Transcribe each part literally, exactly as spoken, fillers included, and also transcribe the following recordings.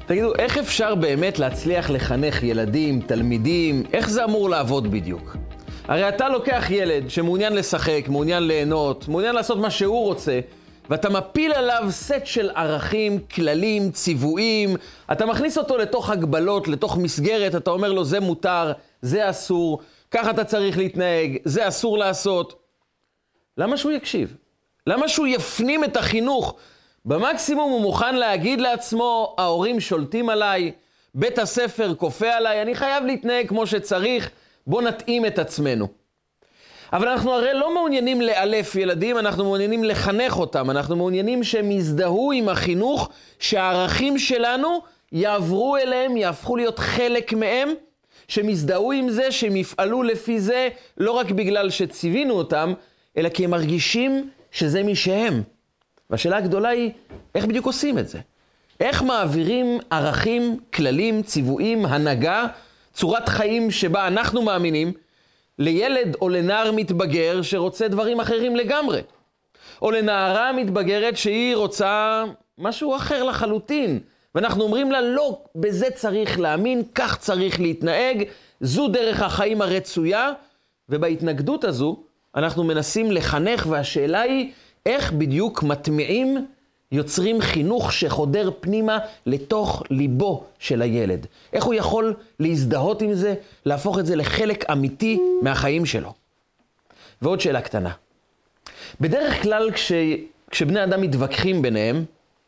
תגידו, איך אפשר באמת להצליח לחנך ילדים, תלמידים? איך זה אמור לעבוד בדיוק? הרי אתה לוקח ילד שמעוניין לשחק, מעוניין ליהנות, מעוניין לעשות מה שהוא רוצה, ואתה מפיל עליו סט של ערכים, כללים, ציוויים, אתה מכניס אותו לתוך הגבלות, לתוך מסגרת, אתה אומר לו זה מותר, זה אסור, ככה אתה צריך להתנהג, זה אסור לעשות. למה שהוא יקשיב? למה שהוא יפנים את החינוך? במקסימום הוא מוכן להגיד לעצמו, ההורים שולטים עליי, בית הספר כופה עליי, אני חייב להתנהג כמו שצריך, בוא נתאים את עצמנו. אבל אנחנו הרי לא מעוניינים לאלף ילדים, אנחנו מעוניינים לחנך אותם, אנחנו מעוניינים שהם יזדהו עם החינוך, שהערכים שלנו יעברו אליהם, יהפכו להיות חלק מהם, שהם יזדהו עם זה, שהם יפעלו לפי זה, לא רק בגלל שציווינו אותם, אלא כי הם מרגישים שזה מי שהם. והשאלה הגדולה היא, איך בדיוק עושים את זה? איך מעבירים ערכים, כללים, ציוויים, הנהגה, צורת חיים שבה אנחנו מאמינים, לילד או לנער מתבגר שרוצה דברים אחרים לגמרי? או לנערה מתבגרת שהיא רוצה משהו אחר לחלוטין. ואנחנו אומרים לה, לא, בזה צריך להאמין, כך צריך להתנהג, זו דרך החיים הרצויה, ובהתנגדות הזו אנחנו מנסים לחנך, והשאלה היא, איך בדיוק מטמיעים, יוצרים חינוך שחודר פנימה לתוך ליבו של הילד? איך הוא יכול להזדהות עם זה, להפוך את זה לחלק אמיתי מהחיים שלו? ועוד שאלה קטנה. בדרך כלל כש, כשבני אדם מתווכחים ביניהם,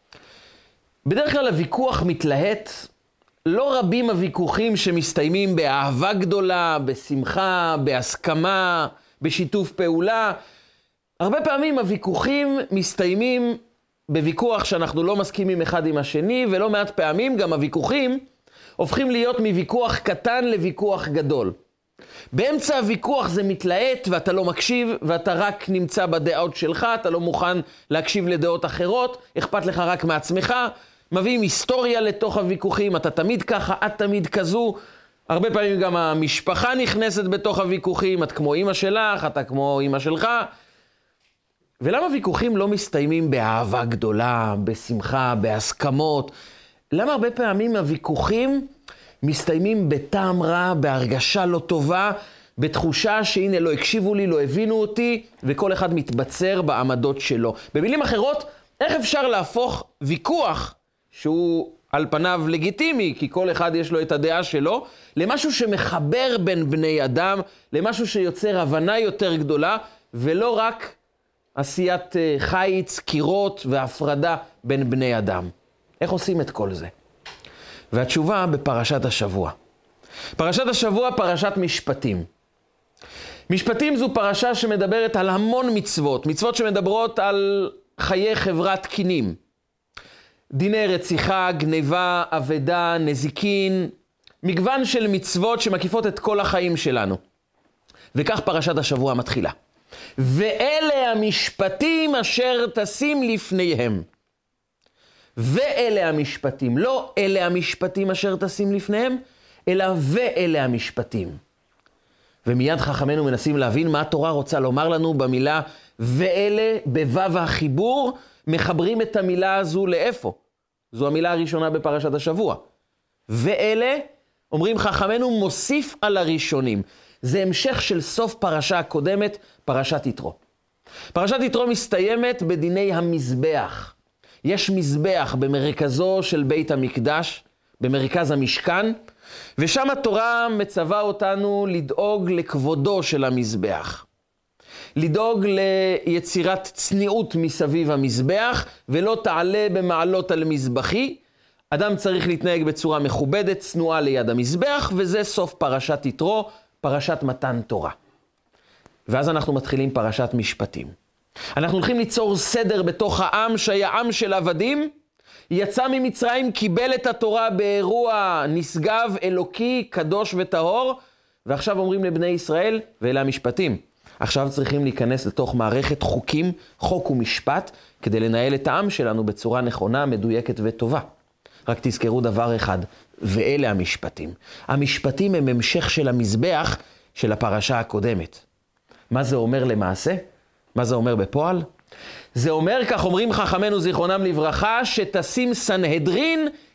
בדרך כלל הוויכוח מתלהט, לא רבים הוויכוחים שמסתיימים באהבה גדולה, בשמחה, בהסכמה, בשיתוף פעולה. הרבה פעמים הוויכוחים מסתיימים בוויכוח שאנחנו לא מסכימים אחד עם השני, ולא מעט פעמים גם הוויכוחים הופכים להיות מוויכוח קטן לוויכוח גדול. באמצע הוויכוח זה מתלהט ואתה לא מקשיב, ואתה רק נמצא בדעות שלך, אתה לא מוכן להקשיב לדעות אחרות, אכפת לך רק מעצמך, מביאים היסטוריה לתוך הוויכוחים, אתה תמיד ככה, את תמיד כזו. הרבה פעמים גם המשפחה נכנסת בתוך הוויכוחים, את כמו אמא שלך, אתה כמו אמא שלך. ולמה ויכוחים לא מסתיימים באהבה גדולה, בשמחה, בהסכמות? למה הרבה פעמים הוויכוחים מסתיימים בטעם רע, בהרגשה לא טובה, בתחושה שהנה לא הקשיבו לי, לא הבינו אותי, וכל אחד מתבצר בעמדות שלו? במילים אחרות, איך אפשר להפוך ויכוח, שהוא על פניו לגיטימי, כי כל אחד יש לו את הדעה שלו, למשהו שמחבר בין בני אדם, למשהו שיוצר הבנה יותר גדולה, ולא רק עשיית חיץ, קירות והפרדה בין בני אדם? איך עושים את כל זה? והתשובה בפרשת השבוע. פרשת השבוע, פרשת משפטים. משפטים זו פרשה שמדברת על המון מצוות, מצוות שמדברות על חיי חברה תקינים. דיני רציחה, גניבה, אבדה, נזיקין, מגוון של מצוות שמקיפות את כל החיים שלנו. וכך פרשת השבוע מתחילה. ואלה המשפטים אשר תשים לפניהם. ואלה המשפטים, לא אלה המשפטים אשר תשים לפניהם, אלא ואלה המשפטים. ומיד חכמינו מנסים להבין מה התורה רוצה לומר לנו במילה ואלה, בו"ב החיבור, מחברים את המילה הזו לאיפה? זו המילה הראשונה בפרשת השבוע. ואלה, אומרים חכמינו, מוסיף על הראשונים. זה המשך של סוף פרשה הקודמת, פרשת יתרו. פרשת יתרו מסתיימת בדיני המזבח. יש מזבח במרכזו של בית המקדש, במרכז המשכן, ושם התורה מצווה אותנו לדאוג לכבודו של המזבח. לדאוג ליצירת צניעות מסביב המזבח, ולא תעלה במעלות על מזבחי. אדם צריך להתנהג בצורה מכובדת, צנועה ליד המזבח, וזה סוף פרשת יתרו, פרשת מתן תורה. ואז אנחנו מתחילים פרשת משפטים. אנחנו הולכים ליצור סדר בתוך העם שהיה עם של עבדים, יצא ממצרים, קיבל את התורה באירוע נשגב, אלוקי, קדוש וטהור, ועכשיו אומרים לבני ישראל, ואלה המשפטים. עכשיו צריכים להיכנס לתוך מערכת חוקים, חוק ומשפט, כדי לנהל את העם שלנו בצורה נכונה, מדויקת וטובה. רק תזכרו דבר אחד, ואלה המשפטים. המשפטים הם המשך של המזבח של הפרשה הקודמת. מה זה אומר למעשה? מה זה אומר בפועל? זה אומר, כך אומרים חכמינו זיכרונם לברכה, שתשים סנהדרין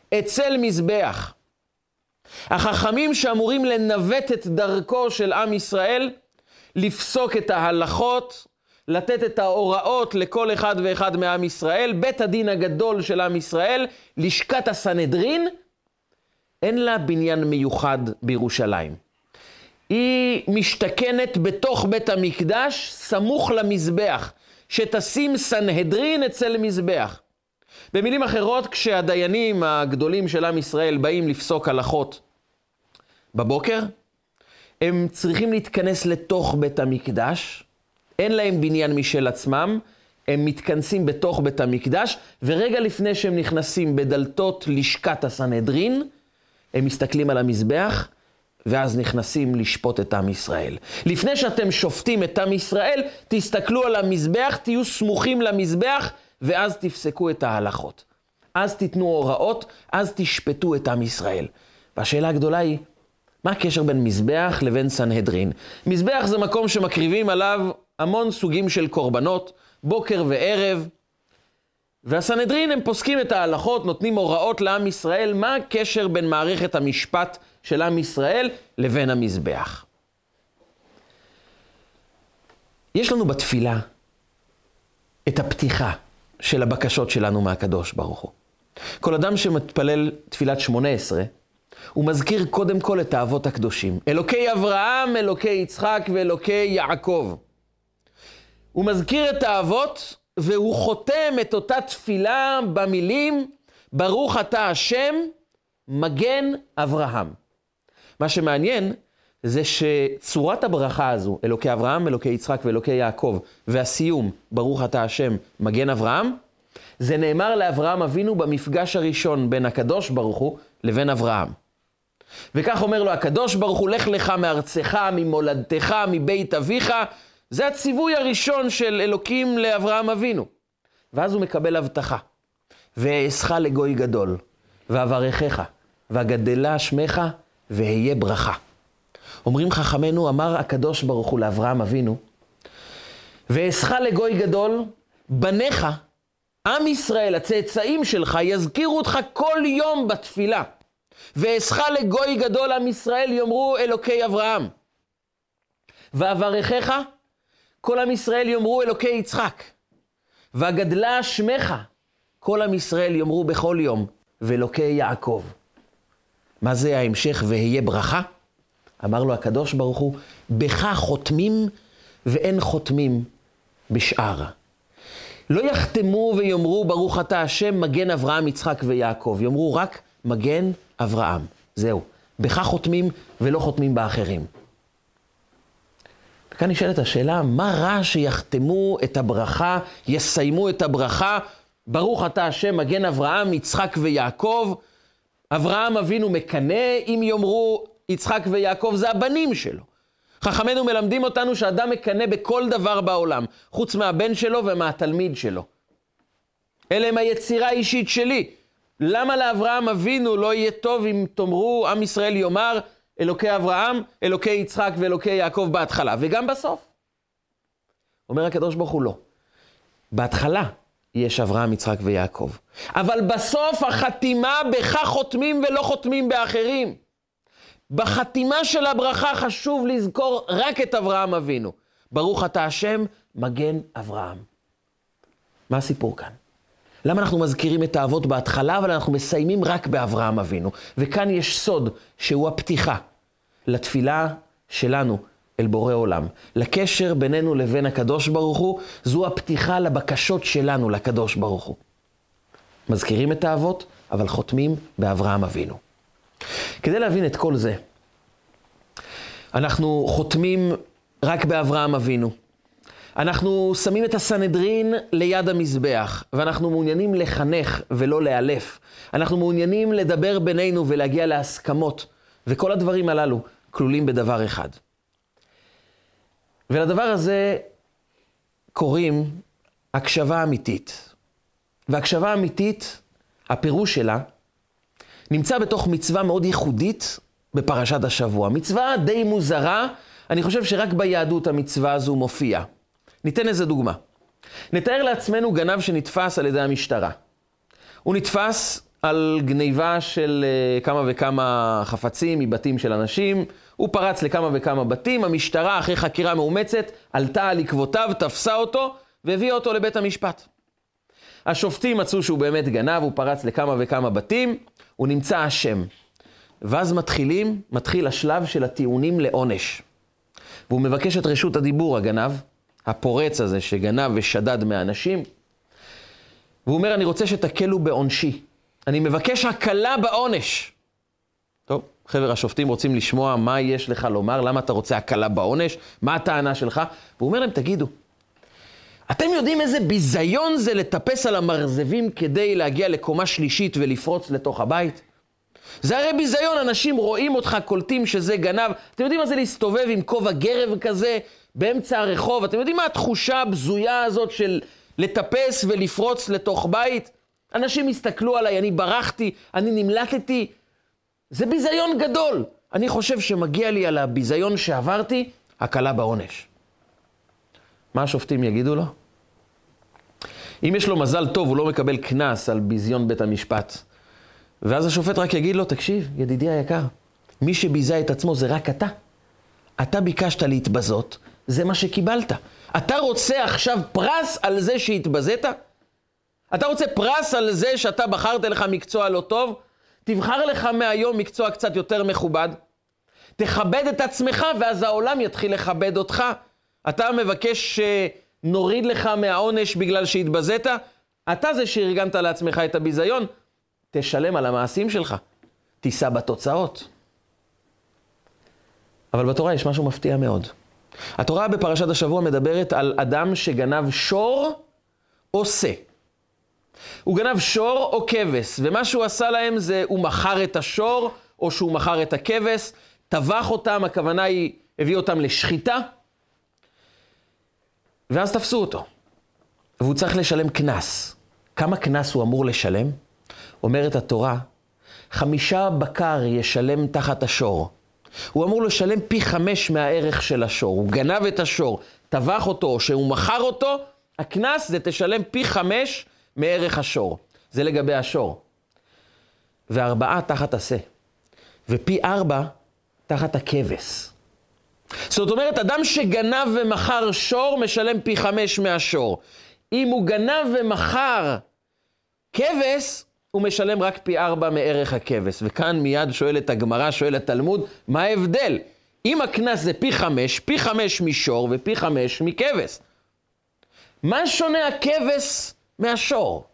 אצל מזבח. החכמים שאמורים לנווט את דרכו של עם ישראל, לפסוק את ההלכות, לתת את ההוראות לכל אחד ואחד מעם ישראל, בית הדין הגדול של עם ישראל, לשכת הסנהדרין, אין לה בניין מיוחד בירושלים. היא משתכנת בתוך בית המקדש, סמוך למזבח, שתשים סנהדרין אצל מזבח. במילים אחרות, כשהדיינים הגדולים של עם ישראל באים לפסוק הלכות בבוקר, הם צריכים להתכנס לתוך בית המקדש, אין להם בניין משל עצמם, הם מתכנסים בתוך בית המקדש, ורגע לפני שהם נכנסים בדלתות לשכת הסנהדרין, הם מסתכלים על המזבח, ואז נכנסים לשפוט את עם ישראל. לפני שאתם שופטים את עם ישראל, תסתכלו על המזבח, תהיו סמוכים למזבח, ואז תפסקו את ההלכות. אז תיתנו הוראות, אז תשפטו את עם ישראל. והשאלה הגדולה היא, מה הקשר בין מזבח לבין סנהדרין? מזבח זה מקום שמקריבים עליו המון סוגים של קורבנות, בוקר וערב, והסנהדרין הם פוסקים את ההלכות, נותנים הוראות לעם ישראל, מה הקשר בין מערכת המשפט של עם ישראל לבין המזבח? יש לנו בתפילה את הפתיחה של הבקשות שלנו מהקדוש ברוך הוא. כל אדם שמתפלל תפילת שמונה עשרה, הוא מזכיר קודם כל את האבות הקדושים. אלוקי אברהם, אלוקי יצחק ואלוקי יעקב. הוא מזכיר את האבות, והוא חותם את אותה תפילה במילים, ברוך אתה השם, מגן אברהם. מה שמעניין זה שצורת הברכה הזו, אלוקי אברהם, אלוקי יצחק ואלוקי יעקב, והסיום, ברוך אתה השם, מגן אברהם, זה נאמר לאברהם אבינו במפגש הראשון בין הקדוש ברוך הוא לבין אברהם. וכך אומר לו הקדוש ברוך הוא, לך לך מארצך, ממולדתך, מבית אביך, זה הציווי הראשון של אלוקים לאברהם אבינו. ואז הוא מקבל הבטחה. ואעשך לגוי גדול, ואברכך, ואגדלה שמך, והיה ברכה. אומרים חכמינו, אמר הקדוש ברוך הוא לאברהם אבינו, ואעשך לגוי גדול, בניך, עם ישראל, הצאצאים שלך, יזכירו אותך כל יום בתפילה. ואעשך לגוי גדול, עם ישראל יאמרו אלוקי אברהם. ואברכך, כל עם ישראל יאמרו אלוקי יצחק. ואגדלה שמך, כל עם ישראל יאמרו בכל יום, ואלוקי יעקב. מה זה ההמשך והיה ברכה? אמר לו הקדוש ברוך הוא, בך חותמים ואין חותמים בשאר. לא יחתמו ויאמרו ברוך אתה השם מגן אברהם, יצחק ויעקב. יאמרו רק מגן אברהם. זהו. בך חותמים ולא חותמים באחרים. וכאן נשאלת השאלה, מה רע שיחתמו את הברכה, יסיימו את הברכה, ברוך אתה השם מגן אברהם, יצחק ויעקב. אברהם אבינו מקנה, אם יאמרו יצחק ויעקב זה הבנים שלו. חכמינו מלמדים אותנו שאדם מקנה בכל דבר בעולם, חוץ מהבן שלו ומהתלמיד שלו. אלה הם היצירה האישית שלי. למה לאברהם אבינו לא יהיה טוב אם תאמרו, עם ישראל יאמר, אלוקי אברהם, אלוקי יצחק ואלוקי יעקב בהתחלה, וגם בסוף? אומר הקדוש ברוך הוא לא. בהתחלה יש אברהם, יצחק ויעקב. אבל בסוף החתימה בך חותמים ולא חותמים באחרים. בחתימה של הברכה חשוב לזכור רק את אברהם אבינו. ברוך אתה השם, מגן אברהם. מה הסיפור כאן? למה אנחנו מזכירים את האבות בהתחלה, אבל אנחנו מסיימים רק באברהם אבינו? וכאן יש סוד שהוא הפתיחה לתפילה שלנו אל בורא עולם. לקשר בינינו לבין הקדוש ברוך הוא, זו הפתיחה לבקשות שלנו לקדוש ברוך הוא. מזכירים את האבות, אבל חותמים באברהם אבינו. כדי להבין את כל זה, אנחנו חותמים רק באברהם אבינו. אנחנו שמים את הסנהדרין ליד המזבח, ואנחנו מעוניינים לחנך ולא לאלף. אנחנו מעוניינים לדבר בינינו ולהגיע להסכמות, וכל הדברים הללו כלולים בדבר אחד. ולדבר הזה קוראים הקשבה אמיתית. והקשבה אמיתית, הפירוש שלה, נמצא בתוך מצווה מאוד ייחודית בפרשת השבוע. מצווה די מוזרה, אני חושב שרק ביהדות המצווה הזו מופיעה. ניתן איזה דוגמה. נתאר לעצמנו גנב שנתפס על ידי המשטרה. הוא נתפס על גניבה של כמה וכמה חפצים מבתים של אנשים. הוא פרץ לכמה וכמה בתים, המשטרה אחרי חקירה מאומצת עלתה על עקבותיו, תפסה אותו והביאה אותו לבית המשפט. השופטים מצאו שהוא באמת גנב, הוא פרץ לכמה וכמה בתים, הוא נמצא אשם. ואז מתחילים, מתחיל השלב של הטיעונים לעונש. והוא מבקש את רשות הדיבור, הגנב, הפורץ הזה שגנב ושדד מהאנשים. והוא אומר, אני רוצה שתקלו בעונשי. אני מבקש הקלה בעונש. טוב, חבר השופטים רוצים לשמוע מה יש לך לומר, למה אתה רוצה הקלה בעונש, מה הטענה שלך. והוא אומר להם, תגידו, אתם יודעים איזה ביזיון זה לטפס על המרזבים כדי להגיע לקומה שלישית ולפרוץ לתוך הבית? זה הרי ביזיון, אנשים רואים אותך, קולטים שזה גנב. אתם יודעים מה זה להסתובב עם כובע גרב כזה באמצע הרחוב? אתם יודעים מה התחושה הבזויה הזאת של לטפס ולפרוץ לתוך בית? אנשים הסתכלו עליי, אני ברחתי, אני נמלטתי. זה ביזיון גדול. אני חושב שמגיע לי על הביזיון שעברתי, הקלה בעונש. מה השופטים יגידו לו? אם יש לו מזל טוב, הוא לא מקבל כנס על ביזיון בית המשפט. ואז השופט רק יגיד לו, תקשיב, ידידי היקר, מי שביזה את עצמו זה רק אתה. אתה ביקשת להתבזות, זה מה שקיבלת. אתה רוצה עכשיו פרס על זה שהתבזית? אתה רוצה פרס על זה שאתה בחרת לך מקצוע לא טוב? תבחר לך מהיום מקצוע קצת יותר מכובד. תכבד את עצמך ואז העולם יתחיל לכבד אותך. אתה מבקש שנוריד לך מהעונש בגלל שהתבזית? אתה זה שארגנת לעצמך את הביזיון. תשלם על המעשים שלך. תישא בתוצאות. אבל בתורה יש משהו מפתיע מאוד. התורה בפרשת השבוע מדברת על אדם שגנב שור או שא. הוא גנב שור או כבש, ומה שהוא עשה להם זה, הוא מכר את השור, או שהוא מכר את הכבש, טבח אותם, הכוונה היא, הביא אותם לשחיטה, ואז תפסו אותו. והוא צריך לשלם כנס. כמה כנס הוא אמור לשלם? אומרת התורה, חמישה בקר ישלם תחת השור. הוא אמור לשלם פי חמש מהערך של השור. הוא גנב את השור, טבח אותו, או שהוא מכר אותו, הכנס זה תשלם פי חמש מערך השור. זה לגבי השור. וארבעה תחת השא. ופי ארבע תחת הכבש. זאת אומרת, אדם שגנב ומכר שור משלם פי חמש מהשור. אם הוא גנב ומכר כבש, הוא משלם רק פי ארבע מערך הכבש. וכאן מיד שואלת הגמרא, שואל התלמוד, מה ההבדל? אם הכנס זה פי חמש, פי חמש משור ופי חמש מכבש. מה שונה הכבש מהשור?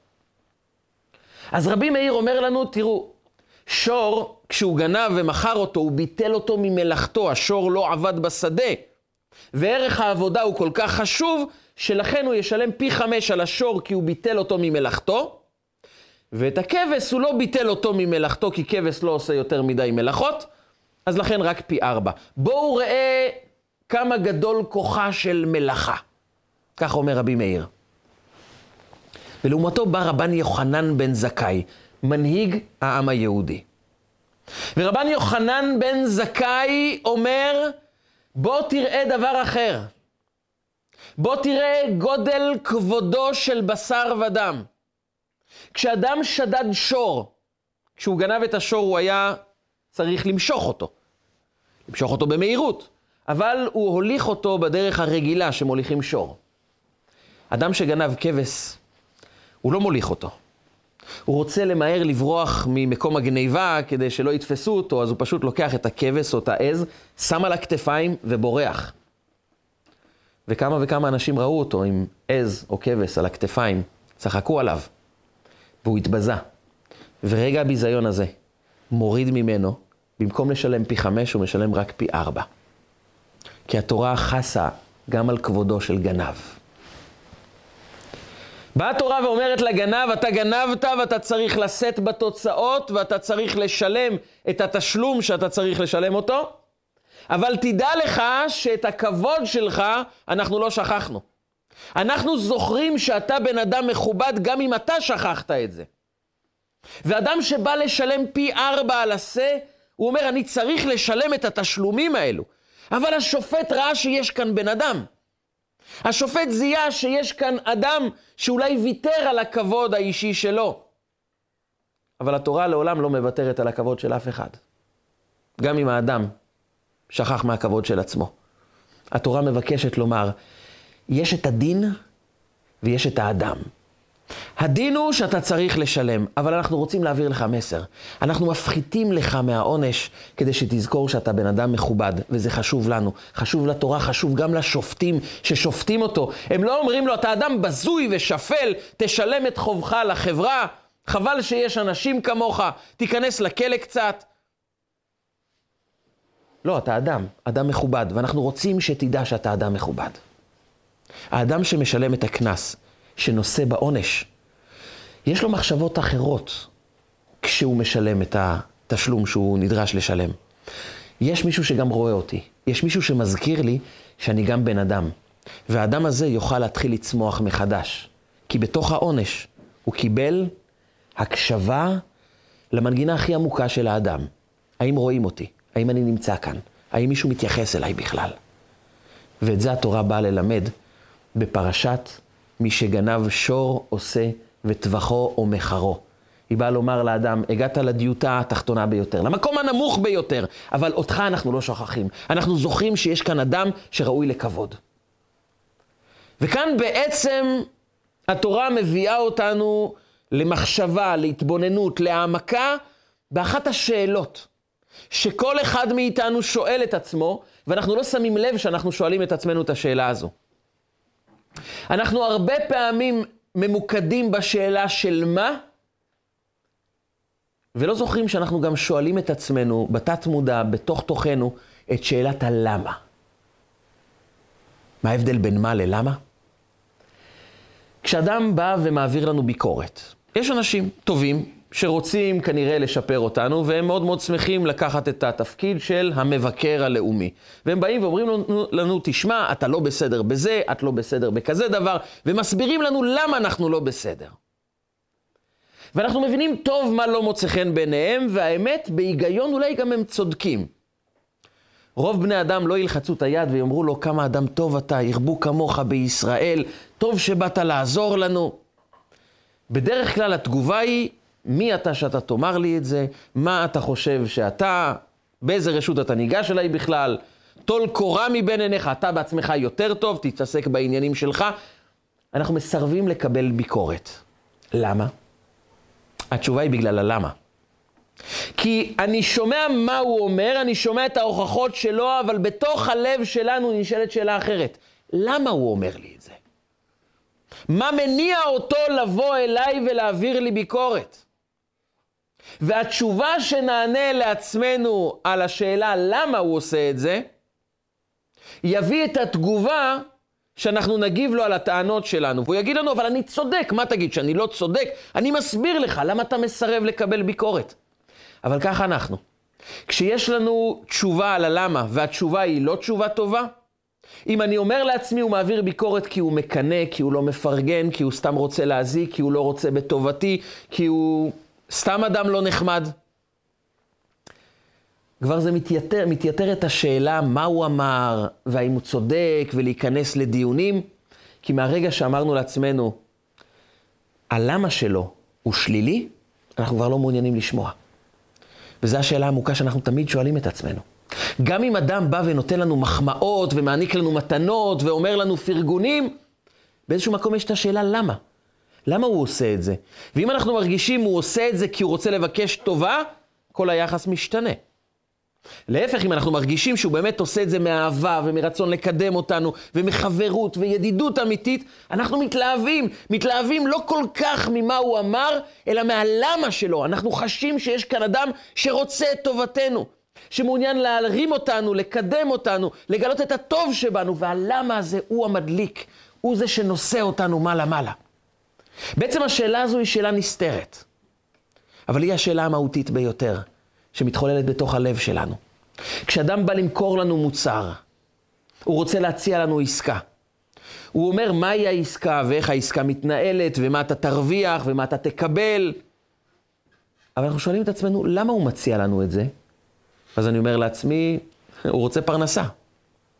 אז רבי מאיר אומר לנו, תראו, שור, כשהוא גנב ומכר אותו, הוא ביטל אותו ממלאכתו, השור לא עבד בשדה. וערך העבודה הוא כל כך חשוב, שלכן הוא ישלם פי חמש על השור, כי הוא ביטל אותו ממלאכתו, ואת הכבש הוא לא ביטל אותו ממלאכתו, כי כבש לא עושה יותר מדי מלאכות, אז לכן רק פי ארבע. בואו ראה כמה גדול כוחה של מלאכה. כך אומר רבי מאיר. ולעומתו בא רבן יוחנן בן זכאי, מנהיג העם היהודי. ורבן יוחנן בן זכאי אומר, בוא תראה דבר אחר. בוא תראה גודל כבודו של בשר ודם. כשאדם שדד שור, כשהוא גנב את השור הוא היה צריך למשוך אותו. למשוך אותו במהירות. אבל הוא הוליך אותו בדרך הרגילה שמוליכים שור. אדם שגנב כבש, הוא לא מוליך אותו. הוא רוצה למהר לברוח ממקום הגניבה כדי שלא יתפסו אותו, אז הוא פשוט לוקח את הכבש או את העז, שם על הכתפיים ובורח. וכמה וכמה אנשים ראו אותו עם עז או כבש על הכתפיים, צחקו עליו, והוא התבזה. ורגע הביזיון הזה מוריד ממנו, במקום לשלם פי חמש הוא משלם רק פי ארבע. כי התורה חסה גם על כבודו של גנב. באה התורה ואומרת לגנב, אתה גנבת ואתה צריך לשאת בתוצאות, ואתה צריך לשלם את התשלום שאתה צריך לשלם אותו, אבל תדע לך שאת הכבוד שלך אנחנו לא שכחנו. אנחנו זוכרים שאתה בן אדם מכובד גם אם אתה שכחת את זה. ואדם שבא לשלם פי ארבע על עשה, הוא אומר, אני צריך לשלם את התשלומים האלו. אבל השופט ראה שיש כאן בן אדם. השופט זיהה שיש כאן אדם שאולי ויתר על הכבוד האישי שלו. אבל התורה לעולם לא מוותרת על הכבוד של אף אחד. גם אם האדם שכח מהכבוד של עצמו. התורה מבקשת לומר, יש את הדין ויש את האדם. הדין הוא שאתה צריך לשלם, אבל אנחנו רוצים להעביר לך מסר. אנחנו מפחיתים לך מהעונש כדי שתזכור שאתה בן אדם מכובד, וזה חשוב לנו. חשוב לתורה, חשוב גם לשופטים ששופטים אותו. הם לא אומרים לו, אתה אדם בזוי ושפל, תשלם את חובך לחברה, חבל שיש אנשים כמוך, תיכנס לכלא קצת. לא, אתה אדם, אדם מכובד, ואנחנו רוצים שתדע שאתה אדם מכובד. האדם שמשלם את הכנס, שנושא בעונש, יש לו מחשבות אחרות כשהוא משלם את התשלום שהוא נדרש לשלם. יש מישהו שגם רואה אותי, יש מישהו שמזכיר לי שאני גם בן אדם, והאדם הזה יוכל להתחיל לצמוח מחדש, כי בתוך העונש הוא קיבל הקשבה למנגינה הכי עמוקה של האדם. האם רואים אותי? האם אני נמצא כאן? האם מישהו מתייחס אליי בכלל? ואת זה התורה באה ללמד בפרשת מי שגנב שור עושה וטבחו או מחרו. היא באה לומר לאדם, הגעת לדיוטה התחתונה ביותר, למקום הנמוך ביותר, אבל אותך אנחנו לא שוכחים. אנחנו זוכרים שיש כאן אדם שראוי לכבוד. וכאן בעצם התורה מביאה אותנו למחשבה, להתבוננות, להעמקה, באחת השאלות שכל אחד מאיתנו שואל את עצמו, ואנחנו לא שמים לב שאנחנו שואלים את עצמנו את השאלה הזו. אנחנו הרבה פעמים ממוקדים בשאלה של מה, ולא זוכרים שאנחנו גם שואלים את עצמנו בתת מודע, בתוך תוכנו, את שאלת הלמה. מה ההבדל בין מה ללמה? כשאדם בא ומעביר לנו ביקורת, יש אנשים טובים שרוצים כנראה לשפר אותנו, והם מאוד מאוד שמחים לקחת את התפקיד של המבקר הלאומי. והם באים ואומרים לנו, לנו תשמע, אתה לא בסדר בזה, את לא בסדר בכזה דבר, ומסבירים לנו למה אנחנו לא בסדר. ואנחנו מבינים טוב מה לא מוצא חן ביניהם, והאמת, בהיגיון אולי גם הם צודקים. רוב בני אדם לא ילחצו את היד ויאמרו לו, כמה אדם טוב אתה, ירבו כמוך בישראל, טוב שבאת לעזור לנו. בדרך כלל התגובה היא, מי אתה שאתה תאמר לי את זה? מה אתה חושב שאתה? באיזה רשות אתה ניגש אליי בכלל? טול קורה מבין עיניך, אתה בעצמך יותר טוב, תתעסק בעניינים שלך. אנחנו מסרבים לקבל ביקורת. למה? התשובה היא בגלל הלמה. כי אני שומע מה הוא אומר, אני שומע את ההוכחות שלו, אבל בתוך הלב שלנו נשאלת שאלה אחרת. למה הוא אומר לי את זה? מה מניע אותו לבוא אליי ולהעביר לי ביקורת? והתשובה שנענה לעצמנו על השאלה למה הוא עושה את זה, יביא את התגובה שאנחנו נגיב לו על הטענות שלנו. והוא יגיד לנו, אבל אני צודק. מה תגיד, שאני לא צודק? אני מסביר לך, למה אתה מסרב לקבל ביקורת? אבל ככה אנחנו. כשיש לנו תשובה על הלמה, והתשובה היא לא תשובה טובה, אם אני אומר לעצמי, הוא מעביר ביקורת כי הוא מקנה, כי הוא לא מפרגן, כי הוא סתם רוצה להזיק, כי הוא לא רוצה בטובתי, כי הוא סתם אדם לא נחמד. כבר זה מתייתר, מתייתרת השאלה מה הוא אמר, והאם הוא צודק, ולהיכנס לדיונים, כי מהרגע שאמרנו לעצמנו, הלמה שלו הוא שלילי, אנחנו כבר לא מעוניינים לשמוע. וזו השאלה העמוקה שאנחנו תמיד שואלים את עצמנו. גם אם אדם בא ונותן לנו מחמאות ומעניק לנו מתנות ואומר לנו פרגונים, באיזשהו מקום יש את השאלה למה. למה הוא עושה את זה? ואם אנחנו מרגישים הוא עושה את זה כי הוא רוצה לבקש טובה, כל היחס משתנה. להפך, אם אנחנו מרגישים שהוא באמת עושה את זה מאהבה ומרצון לקדם אותנו ומחברות וידידות אמיתית, אנחנו מתלהבים, מתלהבים לא כל כך ממה הוא אמר, אלא מהלמה שלו. אנחנו חשים שיש כאן אדם שרוצה את טובתנו, שמעוניין להרים אותנו, לקדם אותנו, לגלות את הטוב שבנו, והלמה הזה הוא המדליק, הוא זה שנושא אותנו מעלה מעלה. בעצם השאלה הזו היא שאלה נסתרת, אבל היא השאלה המהותית ביותר, שמתחוללת בתוך הלב שלנו. כשאדם בא למכור לנו מוצר, הוא רוצה להציע לנו עסקה. הוא אומר מהי העסקה ואיך העסקה מתנהלת ומה אתה תרוויח ומה אתה תקבל. אבל אנחנו שואלים את עצמנו, למה הוא מציע לנו את זה? אז אני אומר לעצמי, הוא רוצה פרנסה.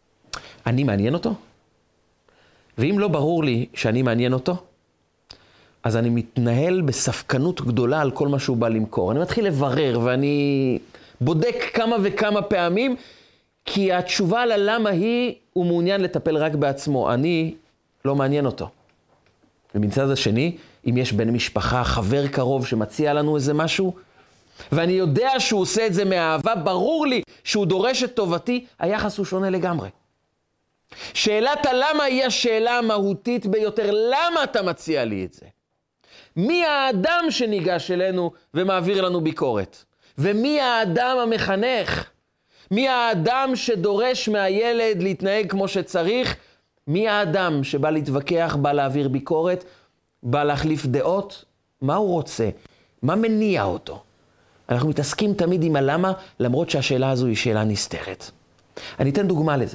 אני מעניין אותו? ואם לא ברור לי שאני מעניין אותו, אז אני מתנהל בספקנות גדולה על כל מה שהוא בא למכור. אני מתחיל לברר ואני בודק כמה וכמה פעמים, כי התשובה על הלמה היא, הוא מעוניין לטפל רק בעצמו. אני לא מעניין אותו. ומצד השני, אם יש בן משפחה, חבר קרוב שמציע לנו איזה משהו, ואני יודע שהוא עושה את זה מאהבה, ברור לי שהוא דורש את טובתי, היחס הוא שונה לגמרי. שאלת הלמה היא השאלה המהותית ביותר. למה אתה מציע לי את זה? מי האדם שניגש אלינו ומעביר לנו ביקורת? ומי האדם המחנך? מי האדם שדורש מהילד להתנהג כמו שצריך? מי האדם שבא להתווכח, בא להעביר ביקורת, בא להחליף דעות? מה הוא רוצה? מה מניע אותו? אנחנו מתעסקים תמיד עם הלמה, למרות שהשאלה הזו היא שאלה נסתרת. אני אתן דוגמה לזה.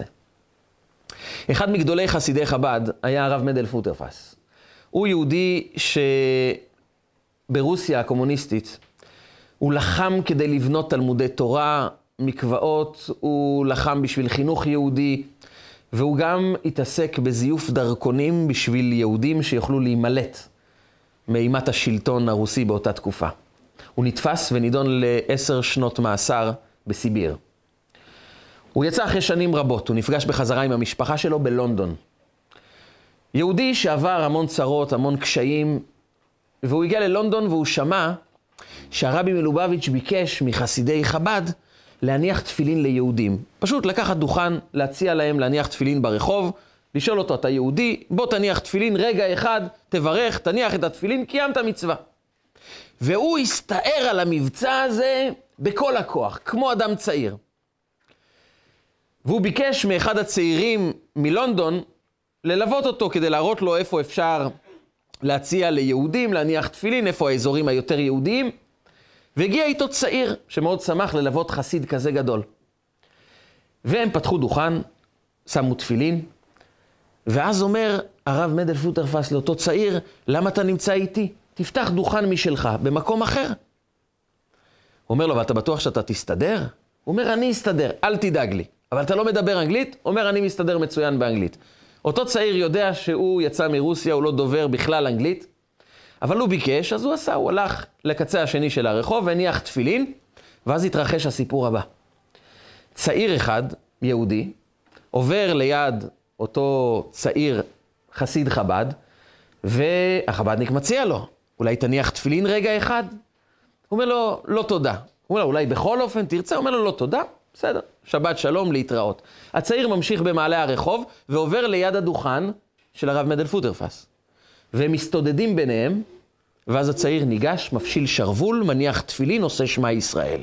אחד מגדולי חסידי חב"ד היה הרב מדל פוטרפס. הוא יהודי שברוסיה הקומוניסטית, הוא לחם כדי לבנות תלמודי תורה, מקוואות, הוא לחם בשביל חינוך יהודי, והוא גם התעסק בזיוף דרכונים בשביל יהודים שיוכלו להימלט מאימת השלטון הרוסי באותה תקופה. הוא נתפס ונידון לעשר שנות מאסר בסיביר. הוא יצא אחרי שנים רבות, הוא נפגש בחזרה עם המשפחה שלו בלונדון. יהודי שעבר המון צרות, המון קשיים, והוא הגיע ללונדון והוא שמע שהרבי מלובביץ' ביקש מחסידי חב"ד להניח תפילין ליהודים. פשוט לקחת דוכן, להציע להם להניח תפילין ברחוב, לשאול אותו, אתה יהודי? בוא תניח תפילין רגע אחד, תברך, תניח את התפילין, קיימת מצווה. והוא הסתער על המבצע הזה בכל הכוח, כמו אדם צעיר. והוא ביקש מאחד הצעירים מלונדון ללוות אותו כדי להראות לו איפה אפשר להציע ליהודים, להניח תפילין, איפה האזורים היותר יהודיים. והגיע איתו צעיר שמאוד שמח ללוות חסיד כזה גדול. והם פתחו דוכן, שמו תפילין, ואז אומר הרב מדל פוטרפס לאותו צעיר, למה אתה נמצא איתי? תפתח דוכן משלך במקום אחר. הוא אומר לו, ואתה בטוח שאתה תסתדר? הוא אומר, אני אסתדר, אל תדאג לי. אבל אתה לא מדבר אנגלית? הוא אומר, אני מסתדר מצוין באנגלית. אותו צעיר יודע שהוא יצא מרוסיה, הוא לא דובר בכלל אנגלית, אבל הוא ביקש, אז הוא עשה, הוא הלך לקצה השני של הרחוב, והניח תפילין, ואז התרחש הסיפור הבא. צעיר אחד, יהודי, עובר ליד אותו צעיר חסיד חב"ד, והחב"דניק מציע לו, אולי תניח תפילין רגע אחד? הוא אומר לו, לא תודה. הוא אומר לו, אולי בכל אופן תרצה? הוא אומר לו, לא תודה. בסדר, שבת שלום, להתראות. הצעיר ממשיך במעלה הרחוב, ועובר ליד הדוכן של הרב מדל פוטרפס. והם מסתודדים ביניהם, ואז הצעיר ניגש, מפשיל שרוול, מניח תפילין, עושה שמע ישראל.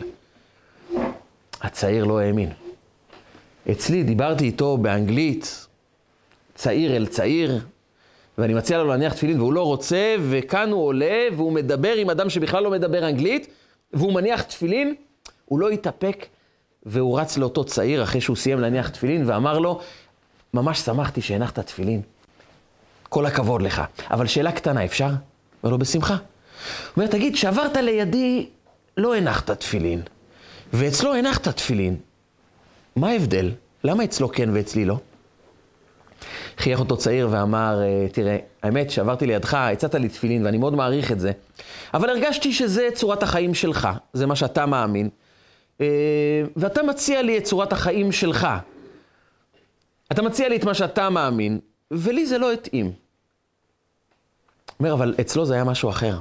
הצעיר לא האמין. אצלי דיברתי איתו באנגלית, צעיר אל צעיר, ואני מציע לו להניח תפילין, והוא לא רוצה, וכאן הוא עולה, והוא מדבר עם אדם שבכלל לא מדבר אנגלית, והוא מניח תפילין, הוא לא התאפק, והוא רץ לאותו צעיר אחרי שהוא סיים להניח תפילין, ואמר לו, ממש שמחתי שהנחת תפילין. כל הכבוד לך. אבל שאלה קטנה, אפשר? אומר לו, בשמחה. הוא אומר, תגיד, שעברת לידי, לא הנחת תפילין, ואצלו הנחת תפילין. מה ההבדל? למה אצלו כן ואצלי לא? חייך אותו צעיר ואמר, תראה, האמת שעברתי לידך, הצעת לי תפילין, ואני מאוד מעריך את זה, אבל הרגשתי שזה צורת החיים שלך, זה מה שאתה מאמין, ואתה מציע לי את צורת החיים שלך. אתה מציע לי את מה שאתה מאמין, ולי זה לא התאים. אומר, אבל אצלו זה היה משהו אחר.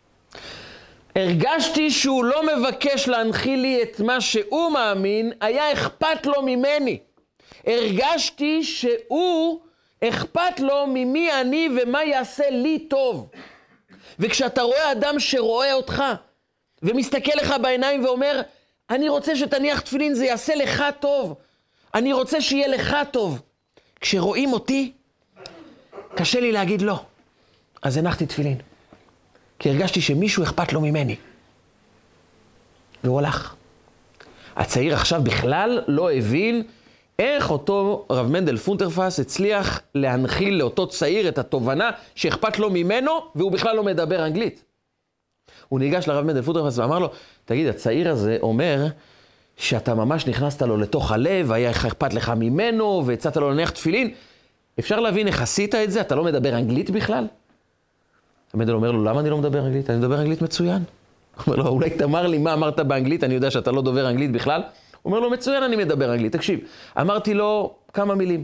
הרגשתי שהוא לא מבקש להנחיל לי את מה שהוא מאמין, היה אכפת לו ממני. הרגשתי שהוא אכפת לו ממי אני ומה יעשה לי טוב. וכשאתה רואה אדם שרואה אותך ומסתכל לך בעיניים ואומר, אני רוצה שתניח תפילין, זה יעשה לך טוב. אני רוצה שיהיה לך טוב. כשרואים אותי, קשה לי להגיד לא. אז הנחתי תפילין. כי הרגשתי שמישהו אכפת לו ממני. והוא הלך. הצעיר עכשיו בכלל לא הבין איך אותו רב מנדל פוטרפס הצליח להנחיל לאותו צעיר את התובנה שאכפת לו ממנו, והוא בכלל לא מדבר אנגלית. הוא ניגש לרב מנדל פוטרפס ואמר לו, תגיד, הצעיר הזה אומר שאתה ממש נכנסת לו לתוך הלב, היה אכפת לך ממנו, והצעת לו להניח תפילין. אפשר להבין איך עשית את זה? אתה לא מדבר אנגלית בכלל? המנדל אומר לו, למה אני לא מדבר אנגלית? אני מדבר אנגלית מצוין. הוא אומר לו, אולי תאמר לי מה אמרת באנגלית, אני יודע שאתה לא דובר אנגלית בכלל. הוא אומר לו, מצוין, אני מדבר אנגלית. תקשיב, אמרתי לו כמה מילים.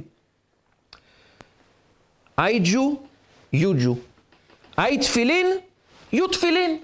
I Jew, you Jew. I תפילין, you תפילין.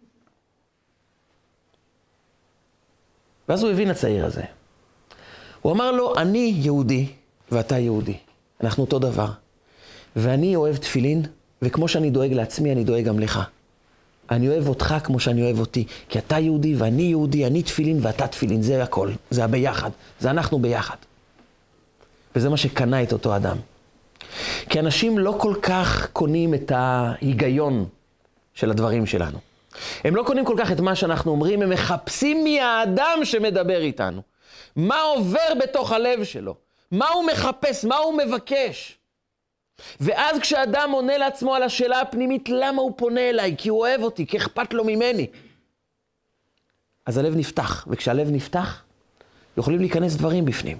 ואז הוא הבין הצעיר הזה. הוא אמר לו, אני יהודי ואתה יהודי. אנחנו אותו דבר. ואני אוהב תפילין, וכמו שאני דואג לעצמי, אני דואג גם לך. אני אוהב אותך כמו שאני אוהב אותי. כי אתה יהודי ואני יהודי, אני תפילין ואתה תפילין. זה הכל. זה הביחד. זה אנחנו ביחד. וזה מה שקנה את אותו אדם. כי אנשים לא כל כך קונים את ההיגיון של הדברים שלנו. הם לא קונים כל כך את מה שאנחנו אומרים, הם מחפשים מהאדם שמדבר איתנו. מה עובר בתוך הלב שלו? מה הוא מחפש? מה הוא מבקש? ואז כשאדם עונה לעצמו על השאלה הפנימית, למה הוא פונה אליי? כי הוא אוהב אותי, כי אכפת לו ממני. אז הלב נפתח, וכשהלב נפתח, יכולים להיכנס דברים בפנים.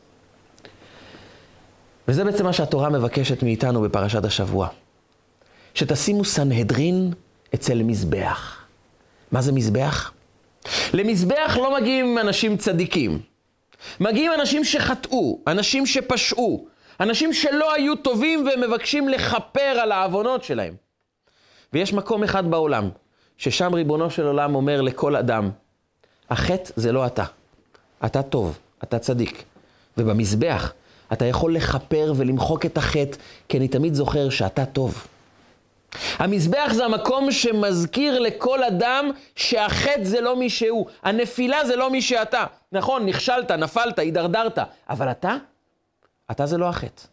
וזה בעצם מה שהתורה מבקשת מאיתנו בפרשת השבוע. שתשימו סנהדרין אצל מזבח. מה זה מזבח? למזבח לא מגיעים אנשים צדיקים. מגיעים אנשים שחטאו, אנשים שפשעו, אנשים שלא היו טובים והם מבקשים לחפר על העוונות שלהם. ויש מקום אחד בעולם, ששם ריבונו של עולם אומר לכל אדם, החטא זה לא אתה. אתה טוב, אתה צדיק. ובמזבח אתה יכול לחפר ולמחוק את החטא, כי אני תמיד זוכר שאתה טוב. המזבח זה המקום שמזכיר לכל אדם שהחטא זה לא מי שהוא. הנפילה זה לא מי שאתה. נכון, נכשלת, נפלת, הידרדרת. אבל אתה, אתה זה לא החטא.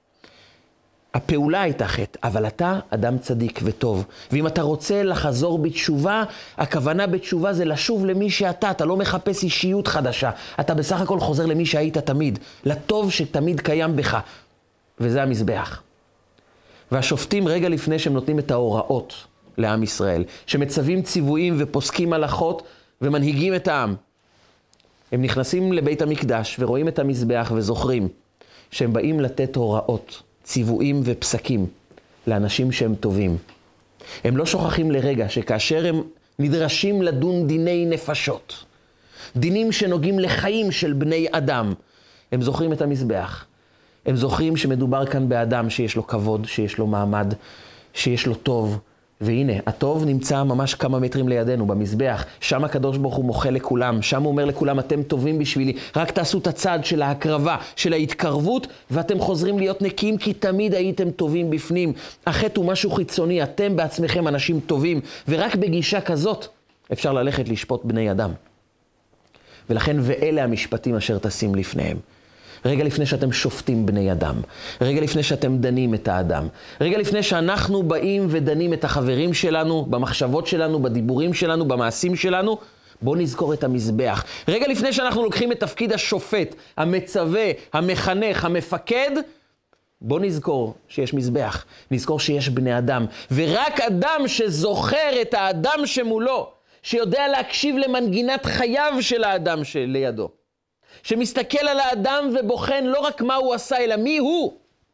הפעולה הייתה חטא, אבל אתה אדם צדיק וטוב. ואם אתה רוצה לחזור בתשובה, הכוונה בתשובה זה לשוב למי שאתה. אתה לא מחפש אישיות חדשה. אתה בסך הכל חוזר למי שהיית תמיד. לטוב שתמיד קיים בך. וזה המזבח. והשופטים רגע לפני שהם נותנים את ההוראות לעם ישראל, שמצווים ציוויים ופוסקים הלכות ומנהיגים את העם, הם נכנסים לבית המקדש ורואים את המזבח וזוכרים שהם באים לתת הוראות, ציוויים ופסקים לאנשים שהם טובים. הם לא שוכחים לרגע שכאשר הם נדרשים לדון דיני נפשות, דינים שנוגעים לחיים של בני אדם, הם זוכרים את המזבח. הם זוכרים שמדובר כאן באדם שיש לו כבוד, שיש לו מעמד, שיש לו טוב. והנה, הטוב נמצא ממש כמה מטרים לידינו, במזבח. שם הקדוש ברוך הוא מוחה לכולם. שם הוא אומר לכולם, אתם טובים בשבילי. רק תעשו את הצעד של ההקרבה, של ההתקרבות, ואתם חוזרים להיות נקיים, כי תמיד הייתם טובים בפנים. החטא הוא משהו חיצוני, אתם בעצמכם אנשים טובים. ורק בגישה כזאת אפשר ללכת לשפוט בני אדם. ולכן, ואלה המשפטים אשר תשים לפניהם. רגע לפני שאתם שופטים בני אדם, רגע לפני שאתם דנים את האדם, רגע לפני שאנחנו באים ודנים את החברים שלנו, במחשבות שלנו, בדיבורים שלנו, במעשים שלנו, בואו נזכור את המזבח. רגע לפני שאנחנו לוקחים את תפקיד השופט, המצווה, המחנך, המפקד, בואו נזכור שיש מזבח, נזכור שיש בני אדם, ורק אדם שזוכר את האדם שמולו, שיודע להקשיב למנגינת חייו של האדם שלידו, שמסתכל על האדם ובוחן לא רק מה הוא עשה, אלא מי הוא,